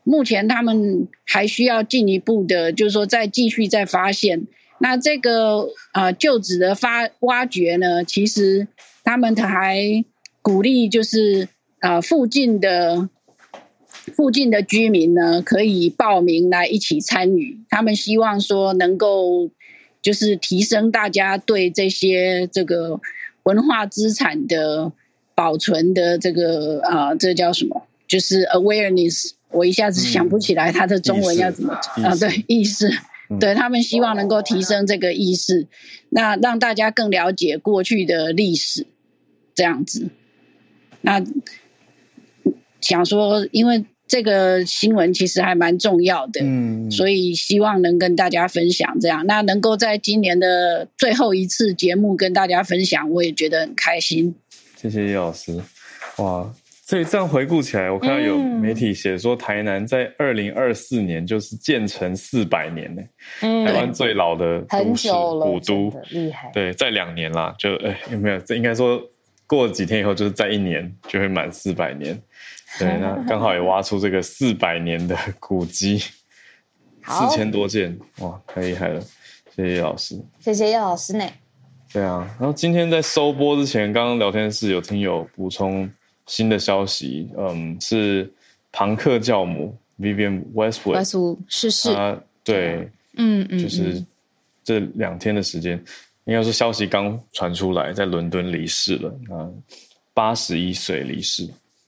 目前他们还需要进一步的，就是说再继续再发现。那这个旧址的挖掘呢，其实他们还鼓励就是附近的居民呢可以报名来一起参与。他们希望说能够就是提升大家对这个文化资产的保存的这个这叫什么？就是 awareness。我一下子想不起来它的中文要怎么讲对，意识。对，他们希望能够提升这个意识，那让大家更了解过去的历史，这样子。那想说，因为这个新闻其实还蛮重要的，所以希望能跟大家分享这样。那能够在今年的最后一次节目跟大家分享，我也觉得很开心。 谢谢叶老师，哇！所以这样回顾起来，我看到有媒体写说，台南在2024年就是建成400年呢，台湾最老的都市古都， 厉害。 对，再2年啦，就有没有？这应该说过几天以后，就是再1年就会满400年。对，那刚好也挖出这个400年的古迹，4000多件，哇，太厉害了！谢谢叶老师， 谢谢叶老师呢。 对啊，然后今天在收播之前，刚刚聊天室有听友补充。新的消息，是庞克教母 Vivienne Westwood 逝世，对，就是这2天的时间，应该说消息刚传出来，在伦敦离世了，81岁离世。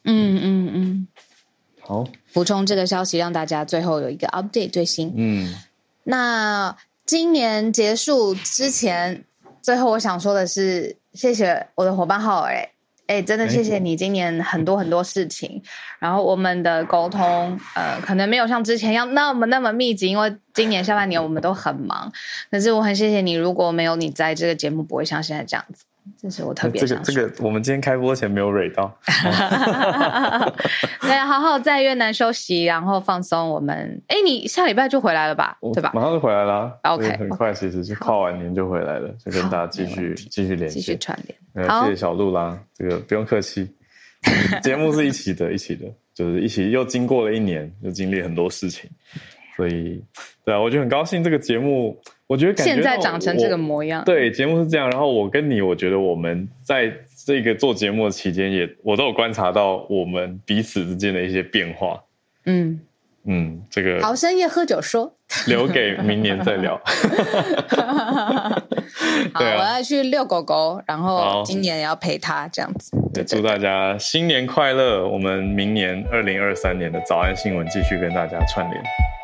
好， 补充这个消息，让大家最后有一个 update 最新。那今年结束之前，最后我想说的是，谢谢我的伙伴浩尔。真的谢谢你今年很多很多事情，然后我们的沟通可能没有像之前要那么密集，因为今年下半年我们都很忙，可是我很谢谢你，如果没有你在，这个节目不会像现在这样子，这是我特别想说这个我们今天开播前没有蕊到对，好好在越南休息，然后放松。我们你下礼拜就回来了吧？对吧？ 马上就回来啦。 OK， 很快，其实就跨完年就回来了，就跟大家继续连线， 继续串联。 谢谢小鹿啦，这个不用客气。节目是一起的，就是一起又经过了1年，又经历很多事情，所以对啊，我就很高兴这个节目，我觉得感觉现在长成这个模样。 对，节目是这样，然后我跟你，我觉得我们在这个做节目的期间我都有观察到我们彼此之间的一些变化。这个好，深夜喝酒说， 留给明年再聊。 好，我要去遛狗狗，然后今年也要陪他这样子。 对，祝大家新年快乐！我们明年2023年的早安新闻继续跟大家串联。